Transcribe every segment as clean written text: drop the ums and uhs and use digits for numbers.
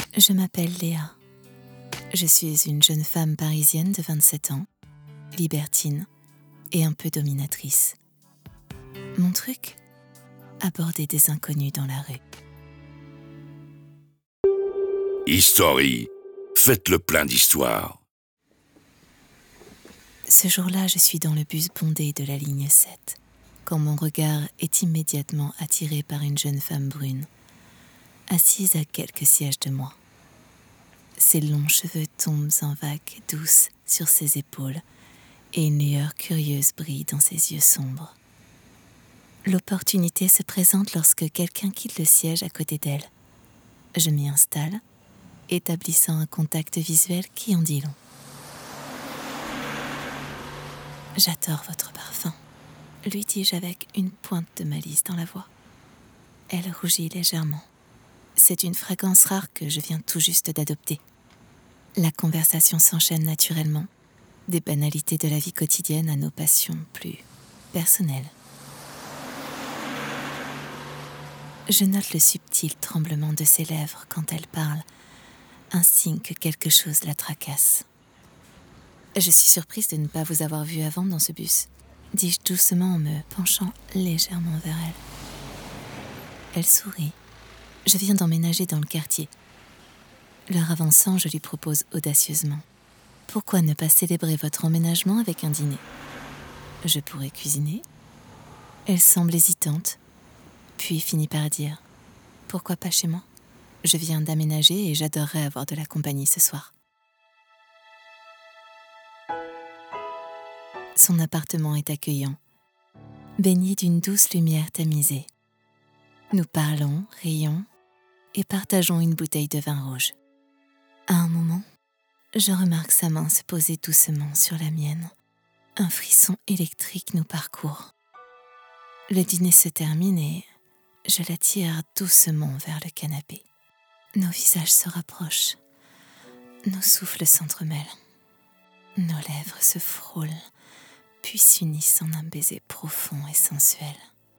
Je m'appelle Léa. Je suis une jeune femme parisienne de 27 ans, libertine et un peu dominatrice. Mon truc ? Aborder des inconnus dans la rue. History. Faites le plein d'histoire. Ce jour-là, je suis dans le bus bondé de la ligne 7, quand mon regard est immédiatement attiré par une jeune femme brune, assise à quelques sièges de moi. Ses longs cheveux tombent en vagues douces sur ses épaules et une lueur curieuse brille dans ses yeux sombres. L'opportunité se présente lorsque quelqu'un quitte le siège à côté d'elle. Je m'y installe, établissant un contact visuel qui en dit long. « J'adore votre parfum », lui dis-je avec une pointe de malice dans la voix. Elle rougit légèrement. C'est une fragrance rare que je viens tout juste d'adopter. La conversation s'enchaîne naturellement, des banalités de la vie quotidienne à nos passions plus personnelles. Je note le subtil tremblement de ses lèvres quand elle parle, un signe que quelque chose la tracasse. « Je suis surprise de ne pas vous avoir vu avant dans ce bus », dis-je doucement en me penchant légèrement vers elle. Elle sourit. Je viens d'emménager dans le quartier. L'heure avançant, je lui propose audacieusement. Pourquoi ne pas célébrer votre emménagement avec un dîner ? Je pourrais cuisiner. Elle semble hésitante, puis finit par dire « Pourquoi pas chez moi ? Je viens d'aménager et j'adorerais avoir de la compagnie ce soir. » Son appartement est accueillant, baigné d'une douce lumière tamisée. Nous parlons, rions et partageons une bouteille de vin rouge. À un moment, je remarque sa main se poser doucement sur la mienne. Un frisson électrique nous parcourt. Le dîner se termine et je la tire doucement vers le canapé. Nos visages se rapprochent. Nos souffles s'entremêlent. Nos lèvres se frôlent, puis s'unissent en un baiser profond et sensuel.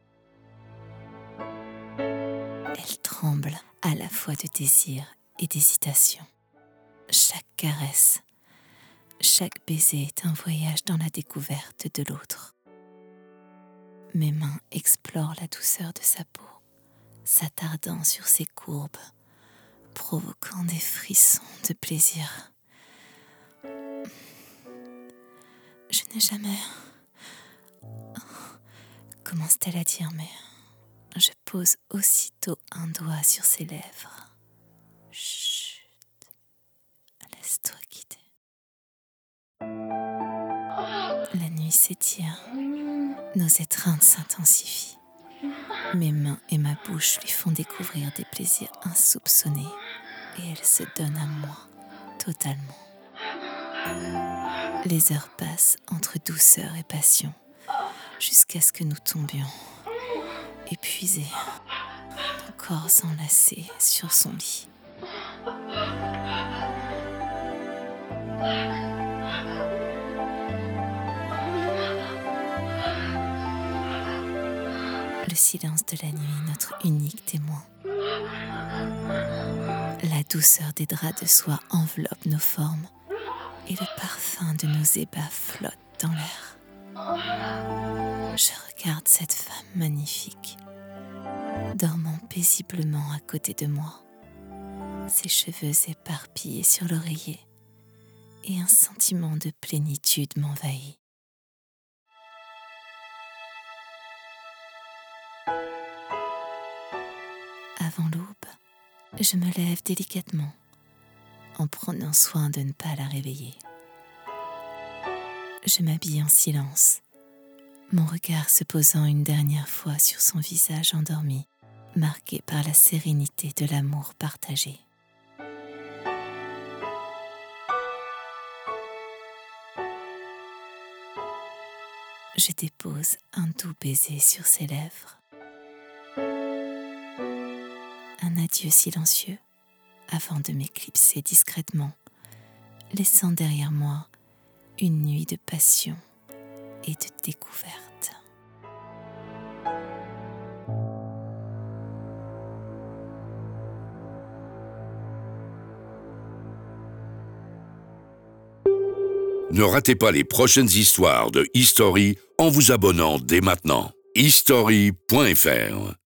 Elle tremble à la fois de désir et d'hésitation. Chaque caresse, chaque baiser est un voyage dans la découverte de l'autre. Mes mains explorent la douceur de sa peau, s'attardant sur ses courbes, provoquant des frissons de plaisir. Je n'ai jamais... commence-t-elle à dire, mais je pose aussitôt un doigt sur ses lèvres. Chut, laisse-toi guider. La nuit s'étire, nos étreintes s'intensifient. Mes mains et ma bouche lui font découvrir des plaisirs insoupçonnés et elle se donne à moi totalement. Les heures passent entre douceur et passion jusqu'à ce que nous tombions, épuisés, nos corps enlacés sur son lit. Le silence de la nuit, notre unique témoin. La douceur des draps de soie enveloppe nos formes et le parfum de nos ébats flotte dans l'air. Je regarde cette femme magnifique, dormant paisiblement à côté de moi, ses cheveux éparpillés sur l'oreiller, et un sentiment de plénitude m'envahit. Avant l'aube, je me lève délicatement, en prenant soin de ne pas la réveiller. Je m'habille en silence, mon regard se posant une dernière fois sur son visage endormi, marqué par la sérénité de l'amour partagé. Je dépose un doux baiser sur ses lèvres. Un adieu silencieux avant de m'éclipser discrètement, laissant derrière moi une nuit de passion et de découverte. Ne ratez pas les prochaines histoires de History en vous abonnant dès maintenant. history.fr